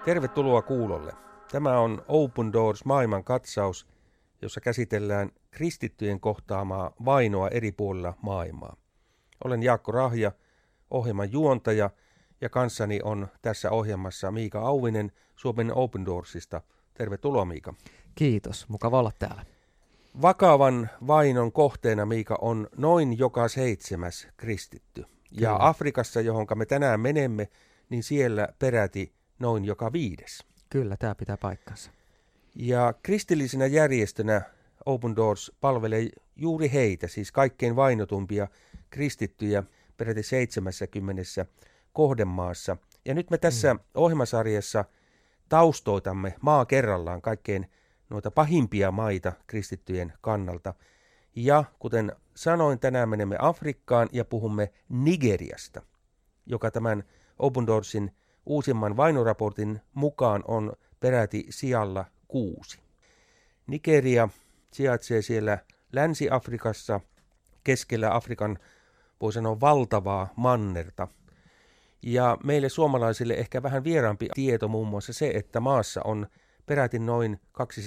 Tervetuloa kuulolle. Tämä on Open Doors maailman katsaus, jossa käsitellään kristittyjen kohtaamaa vainoa eri puolilla maailmaa. Olen Jaakko Rahja, ohjelman juontaja, ja kanssani on tässä ohjelmassa Miika Auvinen Suomen Open Doorsista. Tervetuloa, Miika. Kiitos, mukava olla täällä. Vakavan vainon kohteena, Miika, on noin joka 7. kristitty. Ja Kyllä. Afrikassa, johon me tänään menemme, niin siellä peräti noin joka 5. Kyllä, tämä pitää paikkansa. Ja kristillisenä järjestönä Open Doors palvelee juuri heitä, siis kaikkein vainotumpia kristittyjä peräti 70 kohdemaassa. Ja nyt me tässä ohjelmasarjassa taustoitamme maa kerrallaan kaikkein noita pahimpia maita kristittyjen kannalta. Ja kuten sanoin, tänään menemme Afrikkaan ja puhumme Nigeriasta, joka tämän Open Doorsin uusimman vainoraportin mukaan on peräti sijalla 6. Nigeria sijaitsee siellä Länsi-Afrikassa keskellä Afrikan, voi sanoa, valtavaa mannerta. Ja meille suomalaisille ehkä vähän vieraampi tieto muun muassa se, että maassa on peräti noin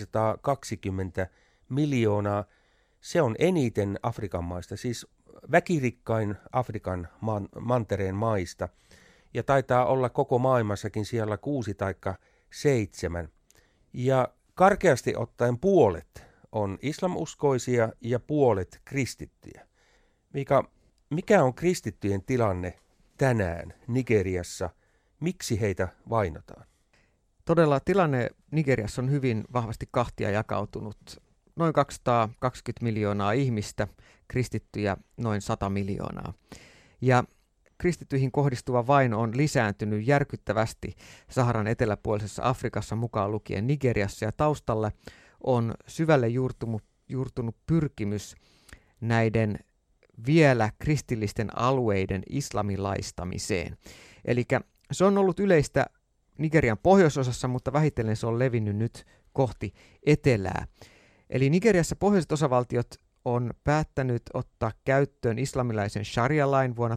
220 miljoonaa. Se on eniten Afrikan maista, siis väkirikkain Afrikan mantereen maista. Ja taitaa olla koko maailmassakin siellä 6 tai 7. Ja karkeasti ottaen puolet on islamuskoisia ja puolet kristittyjä. Mikä on kristittyjen tilanne tänään Nigeriassa? Miksi heitä vainotaan? Todella tilanne Nigeriassa on hyvin vahvasti kahtia jakautunut. Noin 220 miljoonaa ihmistä, kristittyjä noin 100 miljoonaa. Ja kristittyihin kohdistuva vaino on lisääntynyt järkyttävästi Saharan eteläpuolisessa Afrikassa mukaan lukien Nigeriassa, ja taustalle on syvälle juurtunut pyrkimys näiden vielä kristillisten alueiden islamilaistamiseen. Eli se on ollut yleistä Nigerian pohjoisosassa, mutta vähitellen se on levinnyt nyt kohti etelää. Eli Nigeriassa pohjoiset osavaltiot on päättänyt ottaa käyttöön islamilaisen sharia-lain vuonna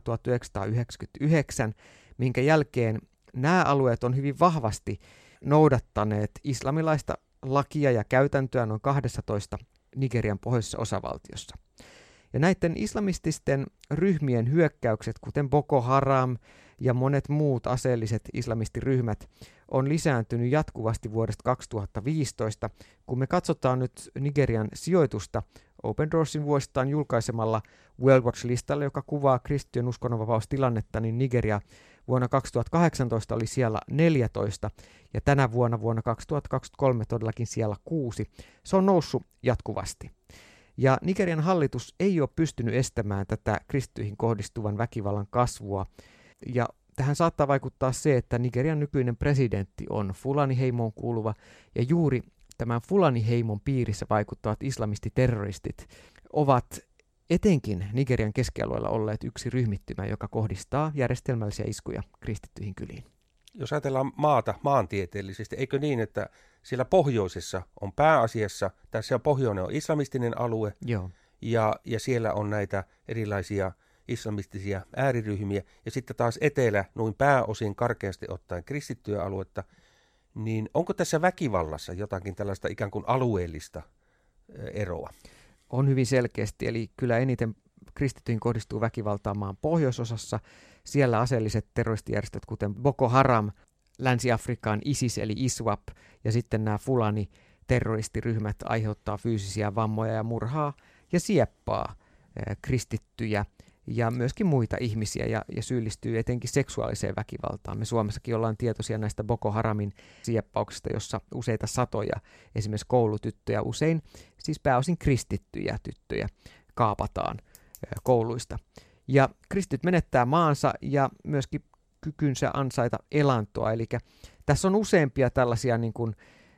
1999, minkä jälkeen nämä alueet on hyvin vahvasti noudattaneet islamilaista lakia ja käytäntöä noin 12 Nigerian pohjoisessa osavaltiossa. Ja näiden islamististen ryhmien hyökkäykset, kuten Boko Haram ja monet muut aseelliset islamistiryhmät, on lisääntynyt jatkuvasti vuodesta 2015. Kun me katsotaan nyt Nigerian sijoitusta Open Doorsin vuosittain julkaisemalla World Watch-listalle, joka kuvaa kristittyjen uskonnonvapaustilannetta, niin Nigeria vuonna 2018 oli siellä 14 ja tänä vuonna 2023 todellakin siellä 6. Se on noussut jatkuvasti. Ja Nigerian hallitus ei ole pystynyt estämään tätä kristittyihin kohdistuvan väkivallan kasvua. Ja tähän saattaa vaikuttaa se, että Nigerian nykyinen presidentti on Fulani-heimoon kuuluva, ja juuri tämän Fulani-heimon piirissä vaikuttavat islamistiterroristit ovat etenkin Nigerian keskialueella olleet yksi ryhmittymä, joka kohdistaa järjestelmällisiä iskuja kristittyihin kyliin. Jos ajatellaan maata maantieteellisesti, eikö niin, että siellä pohjoisessa on pääasiassa, tässä pohjoinen on islamistinen alue, Joo. Ja siellä on näitä erilaisia islamistisia ääriryhmiä, ja sitten taas etelä, noin pääosin karkeasti ottaen kristittyä aluetta, niin onko tässä väkivallassa jotakin tällaista ikään kuin alueellista eroa? On hyvin selkeästi, eli kyllä eniten kristittyihin kohdistuu väkivaltaa maan pohjoisosassa. Siellä aseelliset terroristijärjestöt, kuten Boko Haram, Länsi-Afrikan ISIS eli ISWAP, ja sitten nämä Fulani-terroristiryhmät aiheuttaa fyysisiä vammoja ja murhaa ja sieppaa kristittyjä ja myöskin muita ihmisiä ja syyllistyy etenkin seksuaaliseen väkivaltaan. Me Suomessakin ollaan tietoisia näistä Boko Haramin sieppauksista, jossa useita satoja, esimerkiksi koulutyttöjä, usein siis pääosin kristittyjä tyttöjä kaapataan kouluista. Ja kristityt menettää maansa ja myöskin kykynsä ansaita elantoa. Eli tässä on useampia tällaisia niin kuin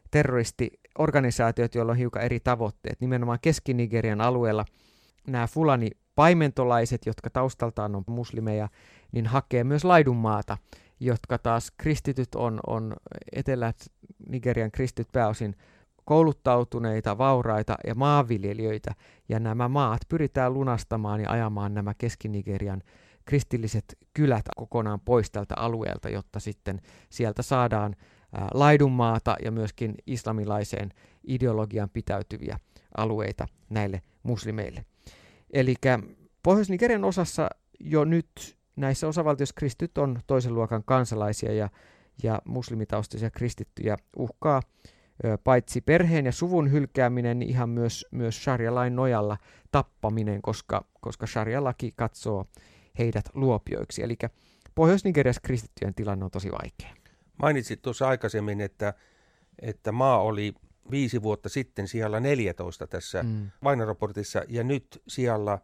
terroristiorganisaatioita, joilla on hiukan eri tavoitteet. Nimenomaan Keski-Nigerian alueella nämä Fulani-paimentolaiset, jotka taustaltaan on muslimeja, niin hakee myös laidunmaata, jotka taas kristityt on Etelä-Nigerian kristityt pääosin kouluttautuneita, vauraita ja maanviljelijöitä, ja nämä maat pyritään lunastamaan ja ajamaan nämä Keski-Nigerian kristilliset kylät kokonaan pois tältä alueelta, jotta sitten sieltä saadaan laidunmaata ja myöskin islamilaiseen ideologiaan pitäytyviä alueita näille muslimeille. Eli Pohjois-Nigerian osassa jo nyt näissä osavaltioissa kristityt on toisen luokan kansalaisia ja muslimitaustaisia kristittyjä uhkaa paitsi perheen ja suvun hylkääminen, niin ihan myös sharia-lain nojalla tappaminen, koska sharia-laki katsoo heidät luopioiksi. Eli Pohjois-Nigeriassa kristittyjen tilanne on tosi vaikea. Mainitsit tuossa aikaisemmin, että maa oli 5 vuotta sitten sijalla 14 tässä vainoraportissa ja nyt sijalla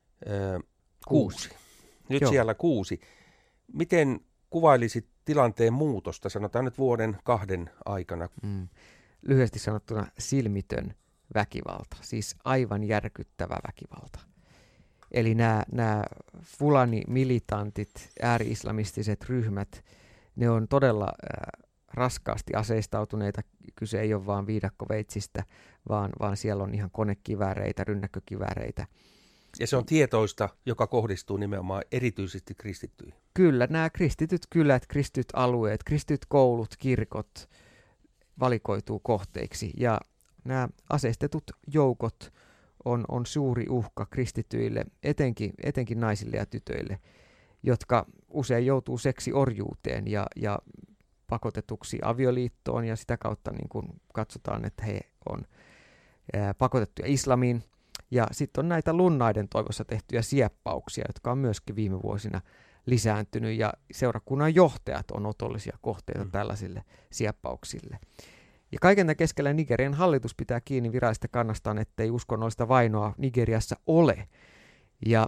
6. Nyt Joo. sijalla 6. Miten kuvailisit tilanteen muutosta, sanotaan nyt 1-2 aikana? Lyhyesti sanottuna silmitön väkivalta, siis aivan järkyttävä väkivalta. Eli nämä Fulani-militantit, ääri-islamistiset ryhmät, ne on todella raskaasti aseistautuneita. Kyse ei ole vain viidakkoveitsistä, vaan siellä on ihan konekivääreitä, rynnäkkökivääreitä. Ja se on tietoista, joka kohdistuu nimenomaan erityisesti kristittyihin. Kyllä, nämä kristityt kylät, kristityt alueet, kristityt koulut, kirkot valikoituu kohteiksi. Ja nämä aseistetut joukot on suuri uhka kristityille, etenkin naisille ja tytöille, jotka usein joutuu seksiorjuuteen ja pakotetuksi avioliittoon, ja sitä kautta niin kun katsotaan, että he on pakotettuja islamiin. Ja sitten on näitä lunnaiden toivossa tehtyjä sieppauksia, jotka on myöskin viime vuosina lisääntynyt, ja seurakunnan johtajat on otollisia kohteita tällaisille sieppauksille. Ja kaiken tämän keskellä Nigerian hallitus pitää kiinni virallisesta kannastaan, ettei uskonnollista vainoa Nigeriassa ole. Ja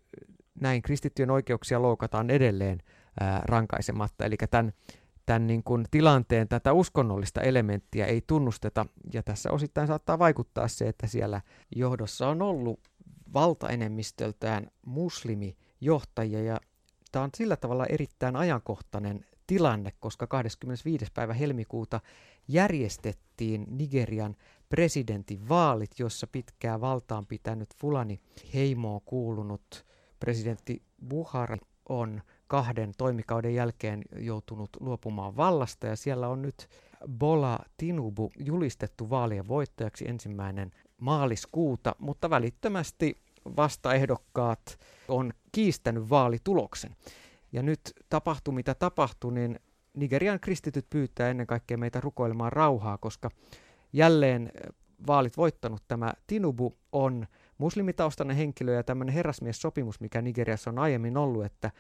näin kristittyjen oikeuksia loukataan edelleen rankaisematta. Eli tämän niin kuin tilanteen tätä uskonnollista elementtiä ei tunnusteta, ja tässä osittain saattaa vaikuttaa se, että siellä johdossa on ollut valtaenemmistöltään muslimijohtajia, ja tämä on sillä tavalla erittäin ajankohtainen tilanne, koska 25. päivä helmikuuta järjestettiin Nigerian presidentin vaalit, jossa pitkään valtaan pitänyt Fulani-heimoon kuulunut presidentti Buhari on 2 toimikauden jälkeen joutunut luopumaan vallasta, ja siellä on nyt Bola Tinubu julistettu vaalien voittajaksi 1. maaliskuuta, mutta välittömästi vastaehdokkaat on kiistänyt vaalituloksen. Ja nyt tapahtuu mitä tapahtuu, niin Nigerian kristityt pyytää ennen kaikkea meitä rukoilemaan rauhaa, koska jälleen vaalit voittanut tämä Tinubu on muslimitaustainen henkilö, ja tämmöinen herrasmiessopimus, mikä Nigeriassa on aiemmin ollut, että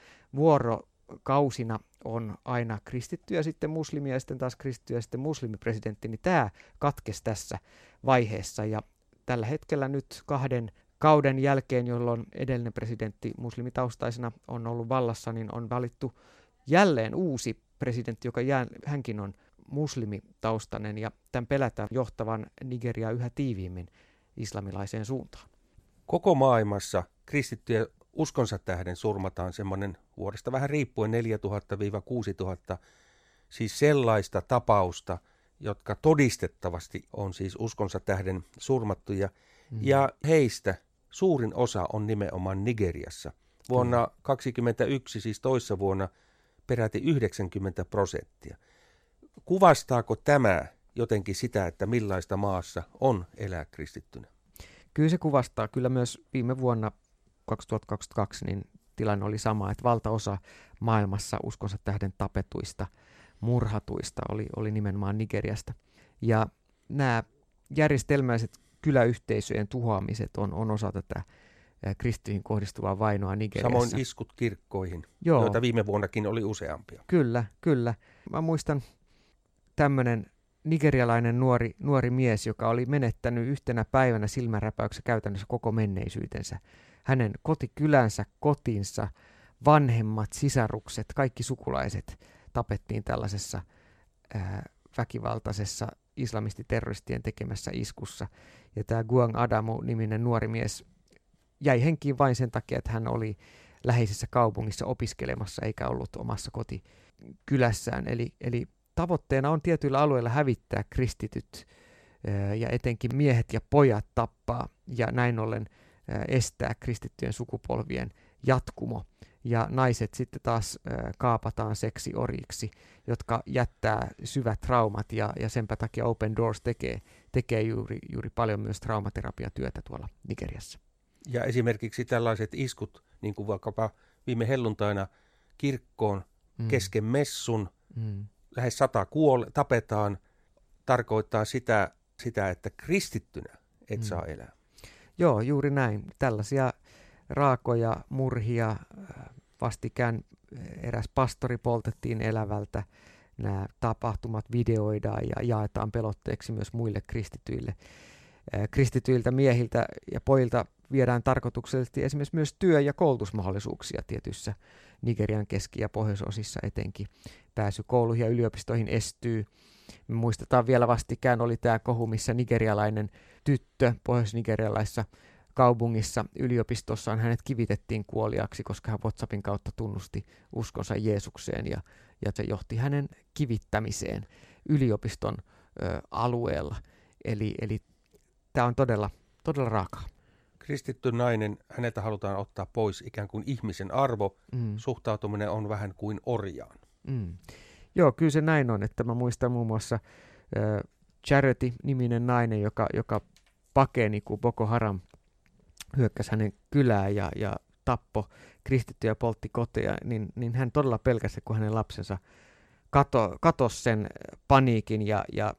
vuorokausina on aina kristittyjä, sitten muslimia ja sitten taas kristittyjä ja sitten muslimipresidentti, niin tämä katkesi tässä vaiheessa, ja tällä hetkellä nyt 2 kauden jälkeen, jolloin edellinen presidentti muslimitaustaisena on ollut vallassa, niin on valittu jälleen uusi presidentti, joka hänkin on muslimitaustainen, ja tämän pelätään johtavan Nigeriaa yhä tiiviimmin islamilaiseen suuntaan. Koko maailmassa kristittyjä uskonsa tähden surmataan semmoinen vuodesta vähän riippuen 4000-6000, siis sellaista tapausta, jotka todistettavasti on siis uskonsa tähden surmattuja, ja heistä suurin osa on nimenomaan Nigeriassa. Vuonna 2021, siis toissa vuonna, peräti 90%. Kuvastaako tämä jotenkin sitä, että millaista maassa on elää kristittynä? Kyllä se kuvastaa. Kyllä myös viime vuonna 2022 niin tilanne oli sama, että valtaosa maailmassa uskonsa tähden tapetuista, murhatuista oli nimenomaan Nigeriasta. Ja nämä järjestelmäiset kyläyhteisöjen tuhoamiset on osa tätä kristittyihin kohdistuvaa vainoa Nigeriassa. Samoin iskut kirkkoihin, joita viime vuonnakin oli useampia. Kyllä. Mä muistan tämmöinen nigerialainen nuori mies, joka oli menettänyt yhtenä päivänä silmänräpäyksessä käytännössä koko menneisyytensä. Hänen kotikylänsä, kotinsa, vanhemmat, sisarukset, kaikki sukulaiset tapettiin tällaisessa väkivaltaisessa islamistiterroristien tekemässä iskussa. Ja tämä Guang Adamu-niminen nuori mies jäi henkiin vain sen takia, että hän oli läheisessä kaupungissa opiskelemassa eikä ollut omassa kotikylässään. Eli tavoitteena on tietyillä alueilla hävittää kristityt ja etenkin miehet ja pojat tappaa ja näin ollen estää kristittyjen sukupolvien jatkumo. ja naiset sitten taas kaapataan seksiorjiksi, jotka jättää syvät traumat, ja senpä takia Open Doors tekee juuri paljon myös traumaterapiatyötä tuolla Nigeriassa. Ja esimerkiksi tällaiset iskut, niin kuin vaikkapa viime helluntaina kirkkoon kesken messun, lähes 100 tapetaan, tarkoittaa sitä, että kristittynä et saa elää. Joo, juuri näin. Tällaisia raakoja murhia, vastikään eräs pastori poltettiin elävältä. Nämä tapahtumat videoidaan ja jaetaan pelotteeksi myös muille kristityille. Kristityiltä miehiltä ja pojilta viedään tarkoituksellisesti esimerkiksi myös työ- ja koulutusmahdollisuuksia tietyissä Nigerian keski- ja pohjoisosissa etenkin. Pääsy kouluihin ja yliopistoihin estyy. Me muistetaan vielä vastikään oli tämä kohu, missä nigerialainen tyttö pohjois-nigerialaisessa kaupungissa yliopistossaan hänet kivitettiin kuoliaksi, koska hän WhatsAppin kautta tunnusti uskonsa Jeesukseen ja se johti hänen kivittämiseen yliopiston alueella. Eli tämä on todella raakaa. Kristitty nainen, häneltä halutaan ottaa pois ikään kuin ihmisen arvo, suhtautuminen on vähän kuin orjaan. Joo, kyllä se näin on, että mä muistan muun muassa Charity-niminen nainen, joka pakeni, kun Boko Haram hyökkäsi hänen kylään ja tappoi kristittyjä ja poltti koteja, niin hän todella pelkäsi, kun hänen lapsensa katosi sen paniikin ja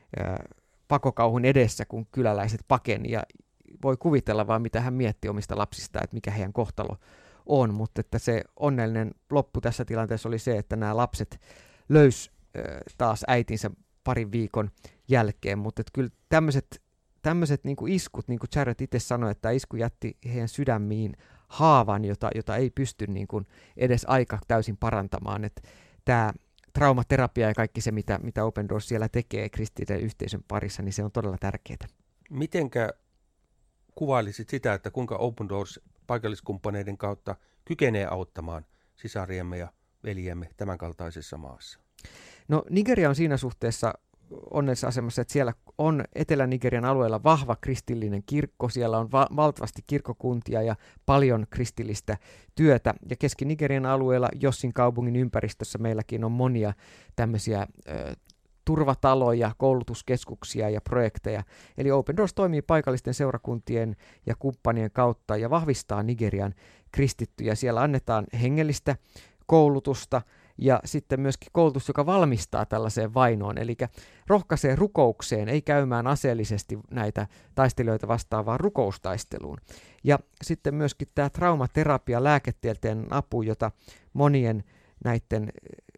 pakokauhun edessä, kun kyläläiset pakeni, ja voi kuvitella vaan, mitä hän mietti omista lapsista, että mikä heidän kohtalo on, mutta että se onnellinen loppu tässä tilanteessa oli se, että nämä lapset löysi taas äitinsä parin viikon jälkeen, mutta että kyllä tämmöiset niin kuin iskut, niin kuin Jared itse sanoi, että isku jätti heidän sydämiin haavan, jota ei pysty niin kuin edes aika täysin parantamaan, että tämä traumaterapia ja kaikki se, mitä Open Doors siellä tekee kristillisen yhteisön parissa, niin se on todella tärkeää. Mitenkä kuvailisit sitä, että kuinka Open Doors paikalliskumppaneiden kautta kykenee auttamaan sisariemme ja veljemme tämänkaltaisessa maassa? No Nigeria on siinä suhteessa onnellisessa asemassa, että siellä on Etelä-Nigerian alueella vahva kristillinen kirkko, siellä on valtavasti kirkkokuntia ja paljon kristillistä työtä, ja Keski-Nigerian alueella Jossin kaupungin ympäristössä meilläkin on monia tämmöisiä turvataloja, koulutuskeskuksia ja projekteja. Eli Open Doors toimii paikallisten seurakuntien ja kumppanien kautta ja vahvistaa Nigerian kristittyjä. Siellä annetaan hengellistä koulutusta ja sitten myöskin koulutus, joka valmistaa tällaiseen vainoon, eli rohkaisee rukoukseen, ei käymään aseellisesti näitä taistelijoita vastaan, vaan rukoustaisteluun. Ja sitten myöskin tämä traumaterapia, lääketieteen apu, jota monien näiden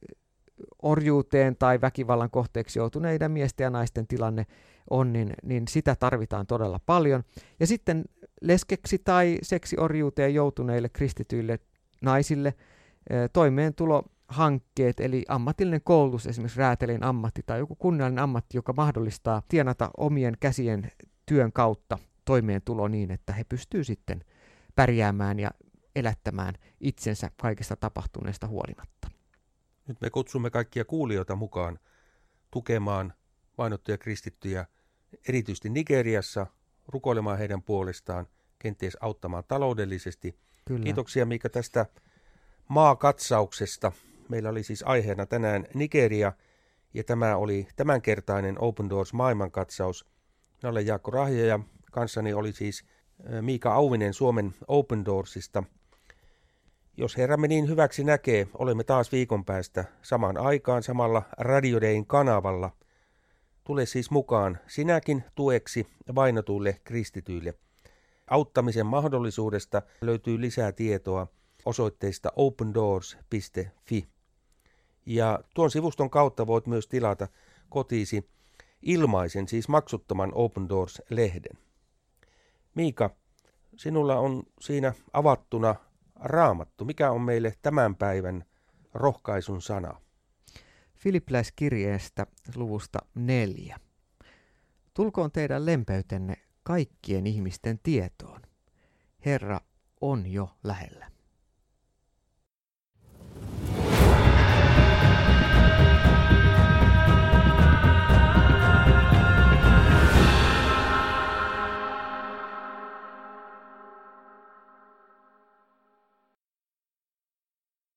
orjuuteen tai väkivallan kohteeksi joutuneiden miesten ja naisten tilanne on, niin sitä tarvitaan todella paljon. Ja sitten leskeksi tai seksiorjuuteen joutuneille kristityille naisille toimeentulohankkeet, eli ammatillinen koulutus, esimerkiksi räätälin ammatti tai joku kunniallinen ammatti, joka mahdollistaa tienata omien käsien työn kautta toimeentulo niin, että he pystyvät sitten pärjäämään ja elättämään itsensä kaikesta tapahtuneesta huolimatta. Nyt me kutsumme kaikkia kuulijoita mukaan tukemaan vainottuja kristittyjä, erityisesti Nigeriassa, rukoilemaan heidän puolestaan, kenties auttamaan taloudellisesti. Kyllä. Kiitoksia Miika tästä maakatsauksesta. Meillä oli siis aiheena tänään Nigeria, ja tämä oli tämänkertainen Open Doors maailmankatsaus. Minä olen Jaakko Rahja, ja kanssani oli siis Miika Auvinen Suomen Open Doorsista. Jos Herramme niin hyväksi näkee, olemme taas viikon päästä samaan aikaan samalla Radio Dayn kanavalla. Tule siis mukaan sinäkin tueksi vainotuille kristityille. Auttamisen mahdollisuudesta löytyy lisää tietoa osoitteesta opendoors.fi. Ja tuon sivuston kautta voit myös tilata kotiisi ilmaisen, siis maksuttoman Open Doors-lehden. Miika, sinulla on siinä avattuna Raamattu. Mikä on meille tämän päivän rohkaisun sana? Filippiläiskirjeestä luvusta 4. Tulkoon teidän lempeytenne kaikkien ihmisten tietoon. Herra on jo lähellä.